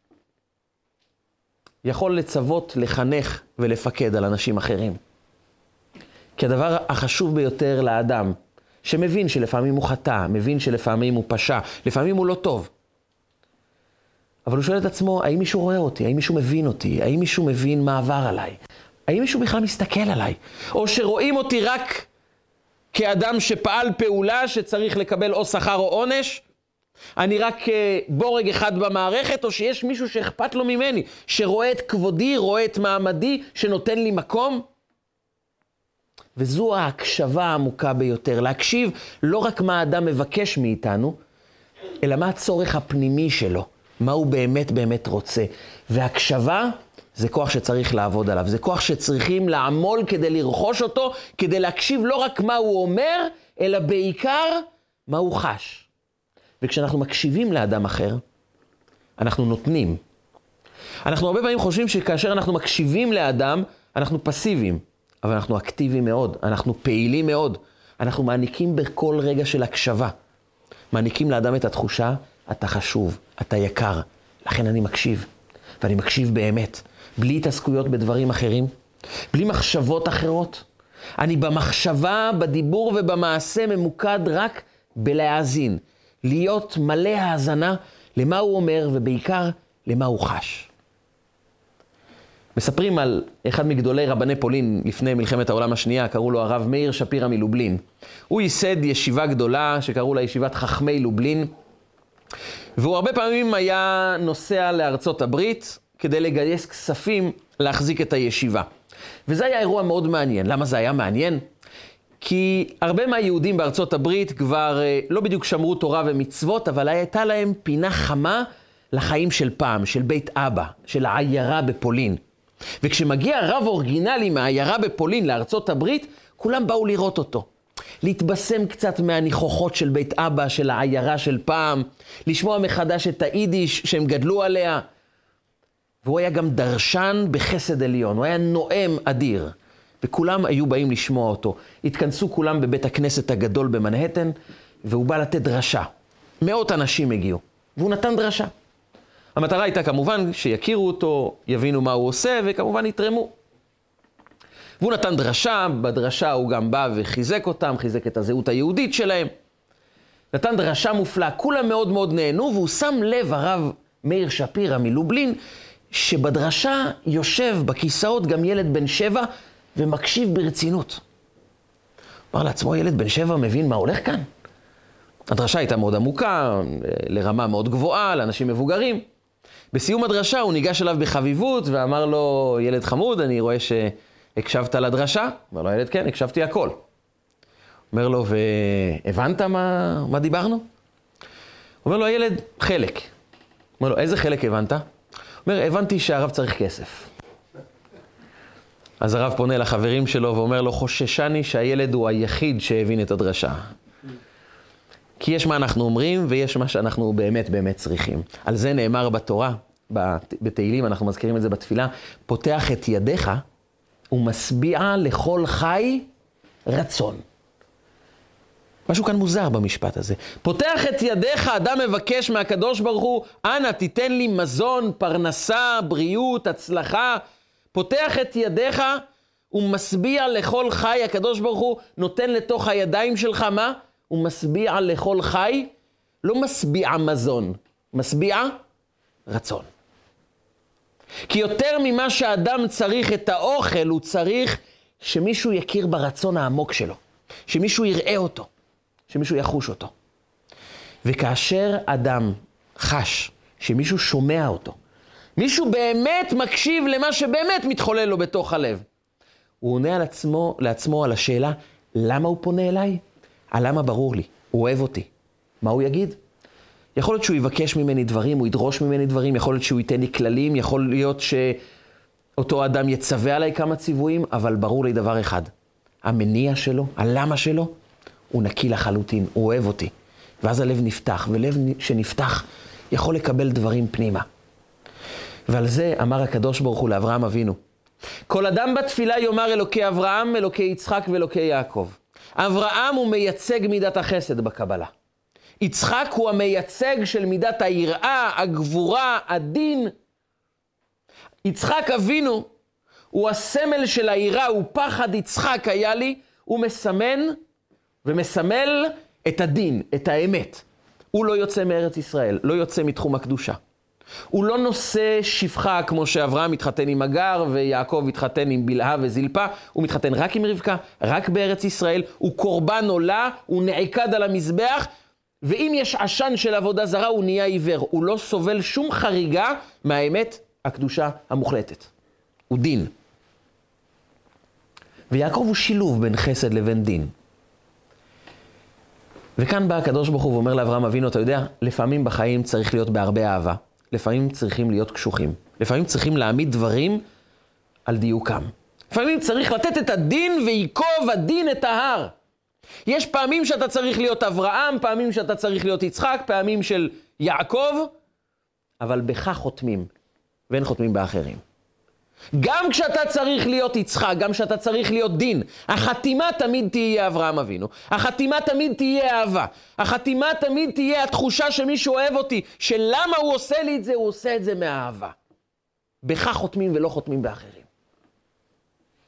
יכול לצוות, לחנך ולפקד על אנשים אחרים. כי הדבר החשוב ביותר לאדם, שמבין שלפעמים הוא חטא, מבין שלפעמים הוא פשע, לפעמים הוא לא טוב. אבל הוא שואל את עצמו, האם מישהו רואה אותי? האם מישהו מבין אותי? האם מישהו מבין מה עבר עליי? האם מישהו בכלל מסתכל עליי? או שרואים אותי רק כאדם שפעל פעולה שצריך לקבל או שכר או עונש? אני רק בורג אחד במערכת, או שיש מישהו שאכפת לו ממני, שרואה את כבודי, רואה את מעמדי, שנותן לי מקום? וזו ההקשבה העמוקה ביותר, להקשיב לא רק מה האדם מבקש מאיתנו, אלא מה הצורך הפנימי שלו, מה הוא באמת באמת רוצה. והקשבה זה כוח שצריך לעבוד עליו, זה כוח שצריכים לעמול כדי לרכוש אותו, כדי להקשיב לא רק מה הוא אומר, אלא בעיקר מה הוא חש. וכשאנחנו מקשיבים לאדם אחר, אנחנו נותנים. אנחנו הרבה פעמים חושבים שכאשר אנחנו מקשיבים לאדם, אנחנו פסיביים, אבל אנחנו אקטיביים מאוד, אנחנו פעילים מאוד. אנחנו מעניקים בכל רגע של הקשבה. מעניקים לאדם את התחושה, אתה חשוב, אתה יקר. לכן אני מקשיב, ואני מקשיב באמת. בלי התעסקויות בדברים אחרים, בלי מחשבות אחרות. אני במחשבה, בדיבור ובמעשה ממוקד רק בלהאזין. להיות מלא האזנה למה הוא אומר ובעיקר למה הוא חש. מספרים על אחד מגדולי רבני פולין לפני מלחמת העולם השנייה, קראו לו הרב מאיר שפירא מלובלין. הוא ייסד ישיבה גדולה שקראו לה ישיבת חכמי לובלין, והוא הרבה פעמים היה נוסע לארצות הברית כדי לגייס כספים להחזיק את הישיבה. וזה היה אירוע מאוד מעניין. למה זה היה מעניין? כי הרבה מהיהודים בארצות הברית כבר לא בדיוק שמרו תורה ומצוות, אבל הייתה להם פינה חמה לחיים של פעם, של בית אבא, של העיירה בפולין. וכשמגיע רב אורגינלי מהעיירה בפולין לארצות הברית, כולם באו לראות אותו. להתבשם קצת מהניחוחות של בית אבא, של העיירה של פעם, לשמוע מחדש את היידיש שהם גדלו עליה. והוא היה גם דרשן בחסד עליון, הוא היה נואם אדיר. וכולם היו באים לשמוע אותו. התכנסו כולם בבית הכנסת הגדול במנהטן, והוא בא לתת דרשה. מאות אנשים הגיעו, והוא נתן דרשה. המטרה הייתה כמובן שיכירו אותו, יבינו מה הוא עושה, וכמובן יתרמו. והוא נתן דרשה, בדרשה הוא גם בא וחיזק אותם, חיזק את הזהות היהודית שלהם. נתן דרשה מופלאה, כולם מאוד מאוד נהנו, והוא שם לב, הרב מאיר שפירא מלובלין, שבדרשה יושב בכיסאות גם ילד בן שבע, ומקשיב ברצינות. אמר לעצמו, ילד בן שבע מבין מה הולך כאן? הדרשה הייתה מאוד עמוקה, לרמה מאוד גבוהה, לאנשים מבוגרים. בסיום הדרשה הוא ניגש אליו בחביבות ואמר לו, ילד חמוד, אני רואה שהקשבת לדרשה. אמר לו, ילד, כן, הקשבתי הכל. אומר לו, והבנת מה, מה דיברנו? אומר לו, הילד, חלק. אומר לו, איזה חלק הבנת? אומר, הבנתי שהרב צריך כסף. אז הרב פונה לחברים שלו ואומר לו, חוששני שהילד הוא היחיד שהבין את הדרשה. כי יש מה אנחנו אומרים ויש מה שאנחנו באמת באמת צריכים. על זה נאמר בתורה, בתהילים, אנחנו מזכירים את זה בתפילה, פותח את ידיך ומשביע לכל חי רצון. משהו כאן מוזר במשפט הזה. פותח את ידיך, אדם מבקש מהקדוש ברוך הוא, אנא תיתן לי מזון, פרנסה, בריאות, הצלחה. פותח את ידיך ומשביע לכל חי, הקדוש ברוך הוא נותן לתוך הידיים שלך מה? הוא משביע לכל חי, לא משביע מזון, משביע רצון. כי יותר ממה שאדם צריך את האוכל, הוא צריך שמישהו יכיר ברצון העמוק שלו, שמישהו יראה אותו, שמישהו יחוש אותו. וכאשר אדם חש שמישהו שומע אותו, מישהו באמת מקשיב למה שבאמת מתחולל לו בתוך הלב, הוא עונה על עצמו, לעצמו על השאלה, למה הוא פונה אליי? הלמה ברור לי, הוא אוהב אותי. מה הוא יגיד? יכול להיות שהוא יבקש ממני דברים, הוא ידרוש ממני דברים, יכול להיות שהוא ייתן לי כללים, יכול להיות שאותו אדם יצווה עליי כמה ציוויים, אבל ברור לי דבר אחד, המניע שלו, הלמה שלו, הוא נקי לחלוטין, הוא אוהב אותי. ואז הלב נפתח, ולב שנפתח יכול לקבל דברים פנימה. ועל זה אמר הקדוש ברוך הוא לאברהם אבינו, כל אדם בתפילה יאמר אלוקי אברהם, אלוקי יצחק ואלוקי יעקב. אברהם הוא מייצג מידת החסד בקבלה. יצחק הוא המייצג של מידת היראה, הגבורה, הדין. יצחק אבינו הוא הסמל של היראה, הוא פחד יצחק היה לי, הוא מסמן ומסמל את הדין, את האמת. הוא לא יוצא מארץ ישראל, לא יוצא מתחום הקדושה. הוא לא נושא שפחה כמו שאברהם מתחתן עם אגר ויעקב מתחתן עם בלהה וזלפה, הוא מתחתן רק עם רבקה, רק בארץ ישראל, הוא קורבן עולה, הוא נעקד על המזבח, ואם יש עשן של עבודה זרה הוא נהיה עיוור, הוא לא סובל שום חריגה מהאמת הקדושה המוחלטת. הוא דין. ויעקב הוא שילוב בין חסד לבין דין. וכאן בא הקדוש ברוך הוא ואומר לאברהם אבינו, אתה יודע, לפעמים בחיים צריך להיות בהרבה אהבה. לפעמים צריכים להיות קשוחים. לפעמים צריכים להעמיד דברים על דיוקם. לפעמים צריך לתת את הדין ויקוב הדין את ההר. יש פעמים שאתה צריך להיות אברהם, פעמים שאתה צריך להיות יצחק, פעמים של יעקב, אבל בך חותמים, ואין חותמים באחרים. גם כשאתה צריך להיות יצחק, גם כשאתה צריך להיות דין, החתימה תמיד תהיה אברהם אבינו. החתימה תמיד תהיה אהבה. החתימה תמיד תהיה התחושה שמישהו אוהב אותי, שלמה הוא עושה לי את זה, הוא עושה את זה מהאהבה. בך חותמים ולא חותמים באחרים.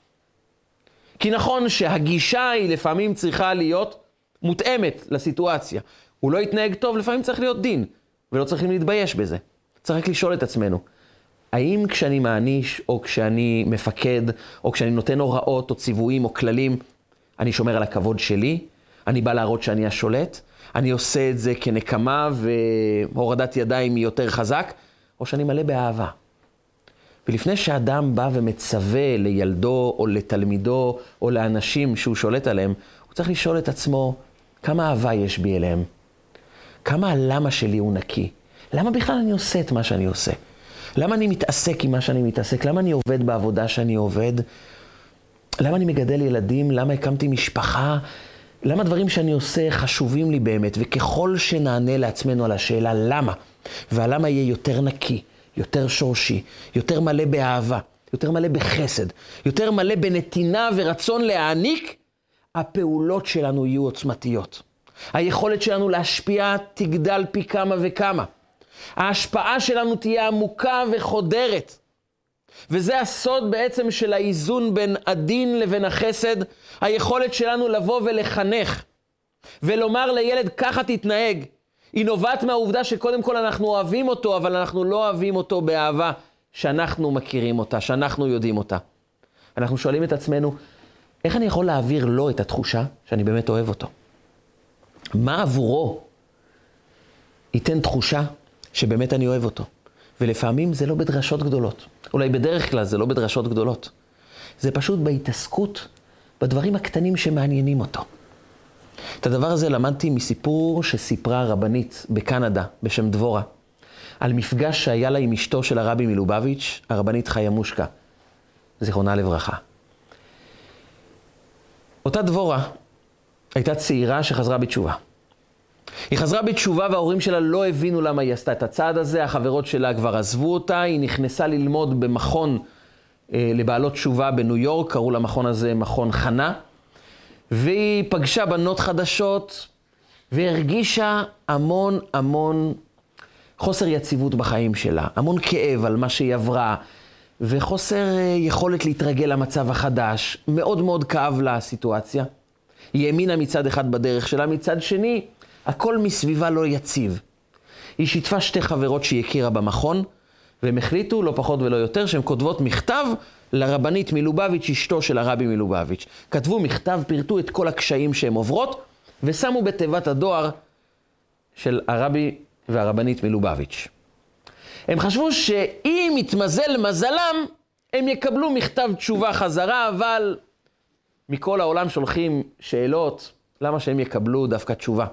כי נכון שהגישה היא לפעמים צריכה להיות מותאמת לסיטואציה. הוא לא יתנהג טוב, לפעמים צריך להיות דין, ולא צריכים להתבייש בזה. צריך רק לשאול את עצמנו, האם כשאני מעניש, או כשאני מפקד, או כשאני נותן הוראות, או ציוויים, או כללים, אני שומר על הכבוד שלי, אני בא להראות שאני השולט, אני עושה את זה כנקמה והורדת ידיים היא יותר חזק, או שאני מלא באהבה. ולפני שאדם בא ומצווה לילדו או לתלמידו או לאנשים שהוא שולט עליהם, הוא צריך לשאול את עצמו כמה אהבה יש בי אליהם. כמה הלמה שלי הוא נקי. למה בכלל אני עושה את מה שאני עושה? למה אני מתעסק עם מה שאני מתעסק? למה אני עובד בעבודה שאני עובד? למה אני מגדל ילדים? למה הקמתי משפחה? למה דברים שאני עושה חשובים לי באמת? וככל שנענה לעצמנו על השאלה למה, והלמה יהיה יותר נקי, יותר שורשי, יותר מלא באהבה, יותר מלא בחסד, יותר מלא בנתינה ורצון להעניק, הפעולות שלנו יהיו עוצמתיות. היכולת שלנו להשפיע תגדל פי כמה וכמה. ההשפעה שלנו תהיה עמוקה וחודרת. וזה הסוד בעצם של האיזון בין הדין לבין החסד, היכולת שלנו לבוא ולחנך, ולומר לילד ככה תתנהג. היא נובעת מהעובדה שקודם כל אנחנו אוהבים אותו, אבל אנחנו לא אוהבים אותו באהבה שאנחנו מכירים אותה, שאנחנו יודעים אותה. אנחנו שואלים את עצמנו, איך אני יכול להעביר לו את התחושה שאני באמת אוהב אותו? מה עבורו ייתן תחושה שבאמת אני אוהב אותו? ולפעמים זה לא בדרשות גדולות. אולי בדרך כלל זה לא בדרשות גדולות. זה פשוט בהתעסקות בדברים הקטנים שמעניינים אותו. את הדבר הזה למדתי מסיפור שסיפרה רבנית בקנדה בשם דבורה, על מפגש שהיה לה עם אשתו של הרבי מלובביץ', הרבנית חיה מושקה, זיכרונה לברכה. אותה דבורה הייתה צעירה שחזרה בתשובה. היא חזרה בתשובה וההורים שלה לא הבינו למה היא עשתה את הצעד הזה, החברות שלה כבר עזבו אותה, היא נכנסה ללמוד במכון אה, לבעלות תשובה בניו יורק, קראו למכון הזה מכון חנה, והיא פגשה בנות חדשות והרגישה המון המון חוסר יציבות בחיים שלה, המון כאב על מה שהיא עברה, וחוסר אה, יכולת להתרגל למצב החדש, מאוד מאוד כאב לה הסיטואציה. היא האמינה מצד אחד בדרך שלה, מצד שני, הכל מסביבה לא יציב. היא שיתפה שתי חברות שהיא הכירה במכון, והם החליטו, לא פחות ולא יותר, שהן כותבות מכתב לרבנית מלובביץ', אשתו של הרבי מלובביץ'. כתבו מכתב, פירטו את כל הקשיים שהן עוברות, ושמו בתיבת הדואר של הרבי והרבנית מלובביץ'. הם חשבו שאם יתמזל מזלם, הם יקבלו מכתב תשובה חזרה, אבל מכל העולם שולחים שאלות, למה שהם יקבלו דווקא תשובה?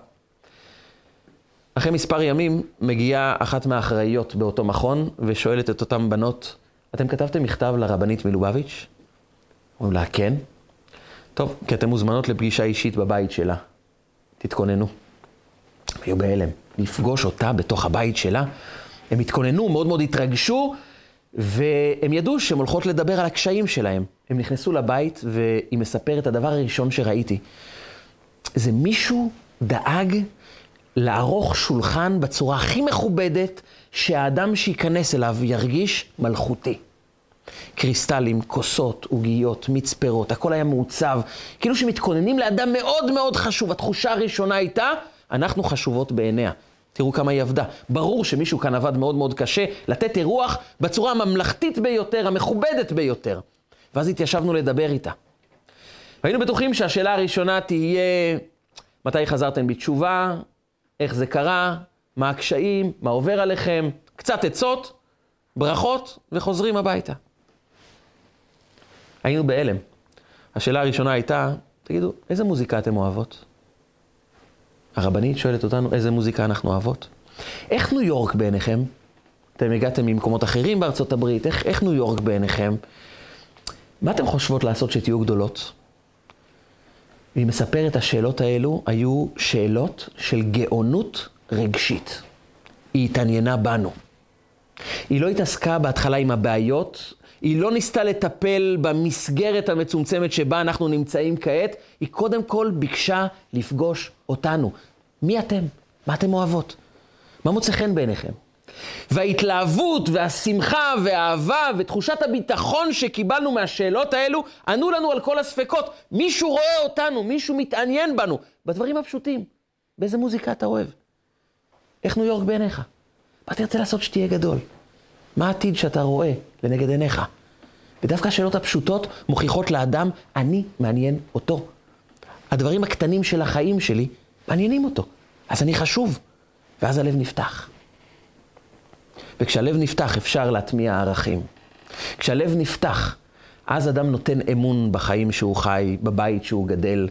אחרי מספר ימים מגיעה אחת מהאחראיות באותו מכון ושואלת את אותם בנות, אתם כתבתם מכתב לרבנית מלובביץ'? אומרים לה, כן. טוב, כי אתם מוזמנות לפגישה אישית בבית שלה. תתכוננו. היו בהלם. לפגוש אותה בתוך הבית שלה. הם התכוננו, מאוד מאוד התרגשו, והם ידעו שהם הולכות לדבר על הקשיים שלהם. הם נכנסו לבית והיא מספרת, הדבר הראשון שראיתי, זה מישהו דאג לערוך שולחן בצורה הכי מכובדת, שהאדם שייכנס אליו ירגיש מלכותי. קריסטלים, כוסות, עוגיות, מצפרות, הכל היה מעוצב, כאילו שמתכוננים לאדם מאוד מאוד חשוב. התחושה הראשונה הייתה, אנחנו חשובות בעיניה. תראו כמה היא עבדה. ברור שמישהו כאן עבד מאוד מאוד קשה, לתת אירוח בצורה הממלכתית ביותר, המכובדת ביותר. ואז התיישבנו לדבר איתה. והיינו בטוחים שהשאלה הראשונה תהיה, מתי חזרתם בתשובה? איך זה קרה? מה הקשיים? מה עובר עליכם? קצת עצות, ברכות, וחוזרים הביתה. היינו בהלם. השאלה הראשונה הייתה, תגידו, איזה מוזיקה אתם אוהבות? הרבנית שואלת אותנו, איזה מוזיקה אנחנו אוהבות? איך ניו יורק בעיניכם? אתם הגעתם ממקומות אחרים בארצות הברית, איך, איך ניו יורק בעיניכם? מה אתם חושבות לעשות שתהיו גדולות? והיא מספרת, השאלות האלו היו שאלות של גאונות רגשית. היא התעניינה בנו. היא לא התעסקה בהתחלה עם הבעיות, היא לא ניסתה לטפל במסגרת המצומצמת שבה אנחנו נמצאים כעת, היא קודם כל ביקשה לפגוש אותנו. מי אתם? מה אתם אוהבות? מה מוצא חן בעיניכם? וההתלהבות והשמחה והאהבה ותחושת הביטחון שקיבלנו מהשאלות האלו, ענו לנו על כל הספקות. מישהו רואה אותנו, מישהו מתעניין בנו, בדברים הפשוטים. באיזה מוזיקה אתה אוהב? איך ניו יורק בעיניך? מה תרצה לעשות שתהיה גדול? מה העתיד שאתה רואה לנגד עיניך? ודווקא השאלות הפשוטות מוכיחות לאדם, אני מעניין אותו. הדברים הקטנים של החיים שלי מעניינים אותו. אז אני חשוב. ואז הלב נפתח. וכשהלב נפתח אפשר להטמיע ערכים. כשהלב נפתח, אז אדם נותן אמון בחיים שהוא חי, בבית שהוא גדל.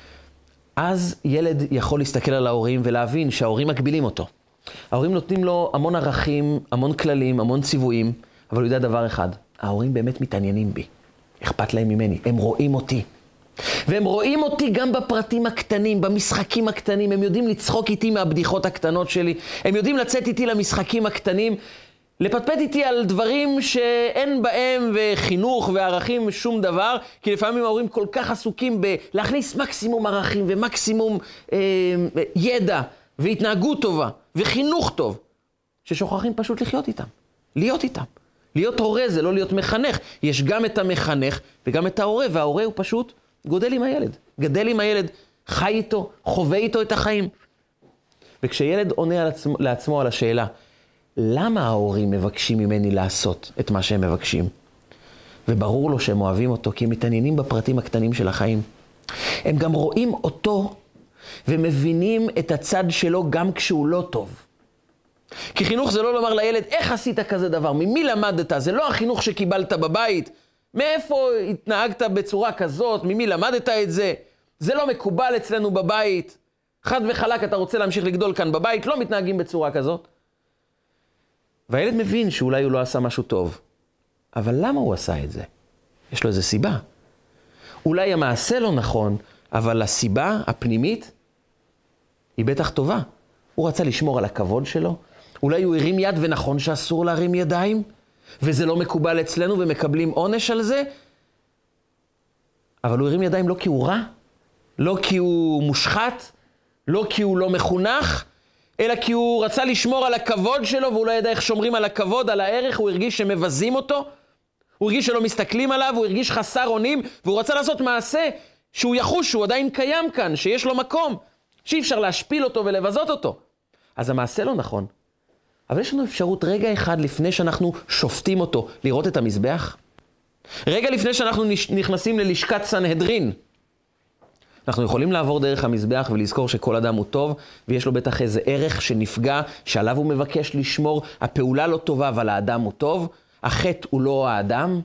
אז ילד יכול להסתכל על ההורים ולהבין שההורים מגבילים אותו. ההורים נותנים לו המון ערכים, המון כללים, המון ציוויים, אבל הוא יודע דבר אחד, ההורים באמת מתעניינים בי. אכפת להם ממני, הם רואים אותי. והם רואים אותי גם בפרטים הקטנים, במשחקים הקטנים, הם יודעים לצחוק איתי מהבדיחות הקטנות שלי, הם יודעים לצאת איתי למשחקים הקטנים, לפטפט איתי על דברים שאין בהם וחינוך וערכים שום דבר, כי לפעמים ההורים כל כך עסוקים בלהכניס מקסימום ערכים ומקסימום אה, ידע והתנהגות טובה וחינוך טוב, ששוכחים פשוט לחיות איתם, להיות איתם. להיות הורה זה לא להיות מחנך, יש גם את המחנך וגם את ההורה, וההורה הוא פשוט גודל עם הילד, גדל עם הילד, חי איתו, חווה איתו את החיים. וכשילד עונה על עצמו, לעצמו על השאלה, למה ההורים מבקשים ממני לעשות את מה שהם מבקשים? וברור לו שהם אוהבים אותו, כי הם מתעניינים בפרטים הקטנים של החיים. הם גם רואים אותו ומבינים את הצד שלו גם כשהוא לא טוב. כי חינוך זה לא לומר לילד, איך עשית כזה דבר? ממי למדת? זה לא החינוך שקיבלת בבית. מאיפה התנהגת בצורה כזאת? ממי למדת את זה? זה לא מקובל אצלנו בבית. חד וחלק, אתה רוצה להמשיך לגדול כאן בבית, לא מתנהגים בצורה כזאת. והילד מבין שאולי הוא לא עשה משהו טוב. אבל למה הוא עשה את זה? יש לו איזו סיבה. אולי המעשה לא נכון, אבל הסיבה הפנימית היא בטח טובה. הוא רצה לשמור על הכבוד שלו. אולי הוא הרים יד ונכון שאסור להרים ידיים, וזה לא מקובל אצלנו ומקבלים עונש על זה. אבל הוא הרים ידיים לא כי הוא רע, לא כי הוא מושחת, לא כי הוא לא מחונך, אלא כי הוא רצה לשמור על הכבוד שלו, והוא לא ידע איך שומרים על הכבוד, על הערך, הוא הרגיש שמבזים אותו, הוא הרגיש שלא מסתכלים עליו, הוא הרגיש חסר אונים, והוא רצה לעשות מעשה שהוא יחוש, שהוא עדיין קיים כאן, שיש לו מקום, שאי אפשר להשפיל אותו ולבזות אותו. אז המעשה לא נכון. אבל יש לנו אפשרות רגע אחד לפני שאנחנו שופטים אותו, לראות את המזבח. רגע לפני שאנחנו נכנסים ללשכת סנהדרין. אנחנו יכולים לעבור דרך המזבח ולזכור שכל אדם הוא טוב, ויש לו בטח איזה ערך שנפגע, שעליו הוא מבקש לשמור. הפעולה לא טובה, אבל האדם הוא טוב. החטא הוא לא האדם.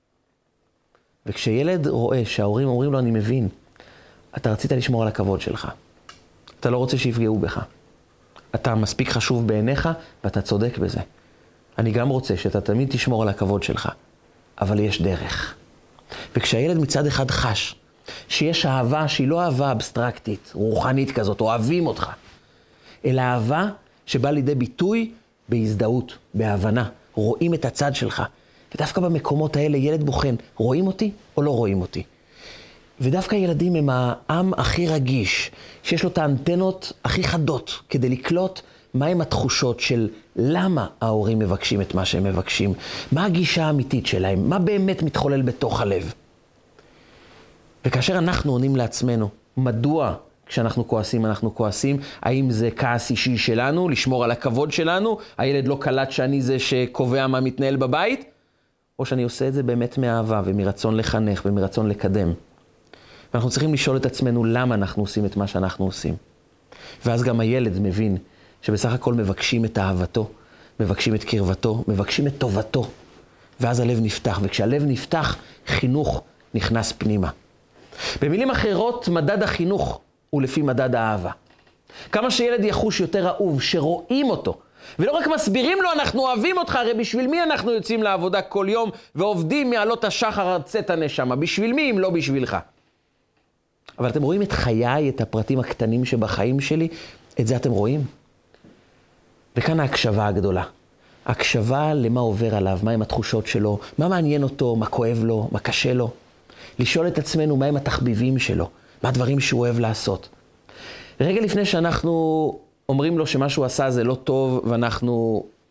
וכשילד רואה שההורים אומרים לו, אני מבין, אתה רצית לשמור על הכבוד שלך. אתה לא רוצה שיפגעו בך. אתה מספיק חשוב בעיניך, ואתה צודק בזה. אני גם רוצה שאתה תמיד תשמור על הכבוד שלך. אבל יש דרך. וכשהילד מצד אחד חש, שיש אהבה שהיא לא אהבה אבסטרקטית, רוחנית כזאת, אוהבים אותך, אלא אהבה שבאה לידי ביטוי בהזדהות, בהבנה, רואים את הצד שלך. ודווקא במקומות האלה ילד בוחן, רואים אותי או לא רואים אותי? ודווקא ילדים הם העם הכי רגיש, שיש לו את האנטנות הכי חדות, כדי לקלוט מהם התחושות של למה ההורים מבקשים את מה שהם מבקשים, מה הגישה האמיתית שלהם, מה באמת מתחולל בתוך הלב. וכאשר אנחנו עונים לעצמנו, מדוע כשאנחנו כועסים אנחנו כועסים? האם זה כעס אישי שלנו, לשמור על הכבוד שלנו? הילד לא קלט שאני זה שקובע מה מתנהל בבית? או שאני עושה את זה באמת מאהבה ומרצון לחנך ומרצון לקדם? ואנחנו צריכים לשאול את עצמנו למה אנחנו עושים את מה שאנחנו עושים. ואז גם הילד מבין שבסך הכל מבקשים את אהבתו, מבקשים את קרבתו, מבקשים את טובתו. ואז הלב נפתח, וכשהלב נפתח, חינוך נכנס פנימה. במילים אחרות, מדד החינוך הוא לפי מדד האהבה. כמה שילד יחוש יותר אהוב, שרואים אותו, ולא רק מסבירים לו, אנחנו אוהבים אותך, הרי בשביל מי אנחנו יוצאים לעבודה כל יום, ועובדים מעלות השחר עד צאת הנשמה? בשביל מי אם לא בשבילך? אבל אתם רואים את חיי, את הפרטים הקטנים שבחיים שלי, את זה אתם רואים? וכאן ההקשבה הגדולה. הקשבה למה עובר עליו, מהם התחושות שלו, מה מעניין אותו, מה כואב לו, מה קשה לו. לשאול את עצמנו מהם התחביבים שלו, מה הדברים שהוא אוהב לעשות. רגע לפני שאנחנו אומרים לו שמה שהוא עשה זה לא טוב, ואנחנו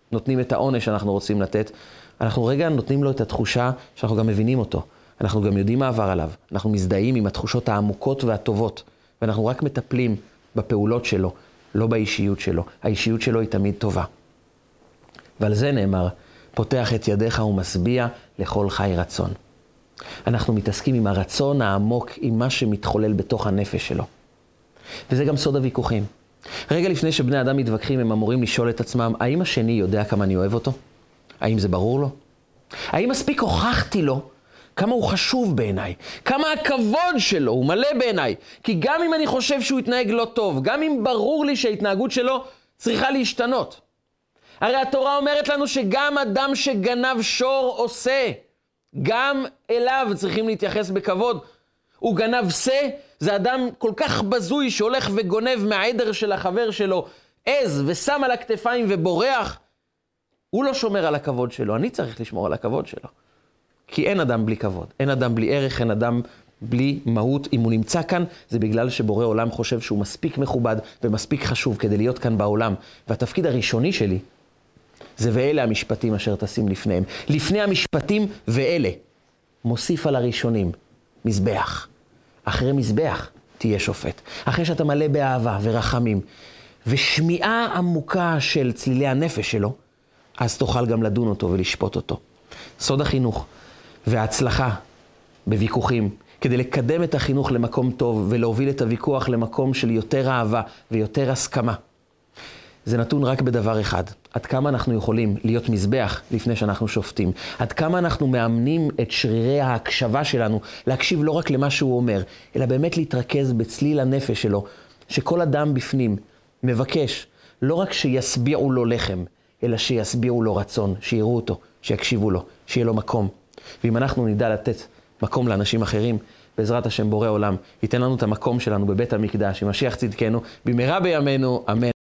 נותנים את העונש שאנחנו רוצים לתת, אנחנו רגע נותנים לו את התחושה שאנחנו גם מבינים אותו. אנחנו גם יודעים מה עבר עליו. אנחנו מזדהים עם התחושות העמוקות והטובות, ואנחנו רק מטפלים בפעולות שלו, לא באישיות שלו. האישיות שלו היא תמיד טובה. ועל זה נאמר, פותח את ידיך ומשביע לכל חי רצון. אנחנו מתעסקים עם הרצון העמוק, עם מה שמתחולל בתוך הנפש שלו. וזה גם סוד הוויכוחים. רגע לפני שבני אדם מתווכחים, הם אמורים לשאול את עצמם, האם השני יודע כמה אני אוהב אותו? האם זה ברור לו? האם מספיק הוכחתי לו כמה הוא חשוב בעיניי? כמה הכבוד שלו הוא מלא בעיניי? כי גם אם אני חושב שהוא יתנהג לא טוב, גם אם ברור לי שההתנהגות שלו צריכה להשתנות. הרי התורה אומרת לנו שגם אדם שגנב שור עושה, גם אליו צריכים להתייחס בכבוד. הוא גנב שא, זה אדם כל כך בזוי שהולך וגונב מהעדר של החבר שלו, עז ושם על הכתפיים ובורח. הוא לא שומר על הכבוד שלו, אני צריך לשמור על הכבוד שלו. כי אין אדם בלי כבוד, אין אדם בלי ערך, אין אדם בלי מהות. אם הוא נמצא כאן, זה בגלל שבורא עולם חושב שהוא מספיק מכובד ומספיק חשוב כדי להיות כאן בעולם. והתפקיד הראשוני שלי, זה ואלה המשפטים אשר תשים לפניהם. לפני המשפטים ואלה. מוסיף על הראשונים, מזבח. אחרי מזבח תהיה שופט. אחרי שאתה מלא באהבה ורחמים, ושמיעה עמוקה של צלילי הנפש שלו, אז תוכל גם לדון אותו ולשפוט אותו. סוד החינוך וההצלחה בוויכוחים, כדי לקדם את החינוך למקום טוב ולהוביל את הוויכוח למקום של יותר אהבה ויותר הסכמה. זה נתון רק בדבר אחד. עד כמה אנחנו יכולים להיות מזבח לפני שאנחנו שופטים. עד כמה אנחנו מאמנים את שרירי ההקשבה שלנו, להקשיב לא רק למה שהוא אומר, אלא באמת להתרכז בצליל הנפש שלו, שכל אדם בפנים מבקש לא רק שיסביעו לו לחם, אלא שיסביעו לו רצון, שיראו אותו, שיקשיבו לו, שיהיה לו מקום. ואם אנחנו נדע לתת מקום לאנשים אחרים, בעזרת השם בורא עולם, ייתן לנו את המקום שלנו בבית המקדש, עם משיח צדקנו, במהרה בימינו, אמן.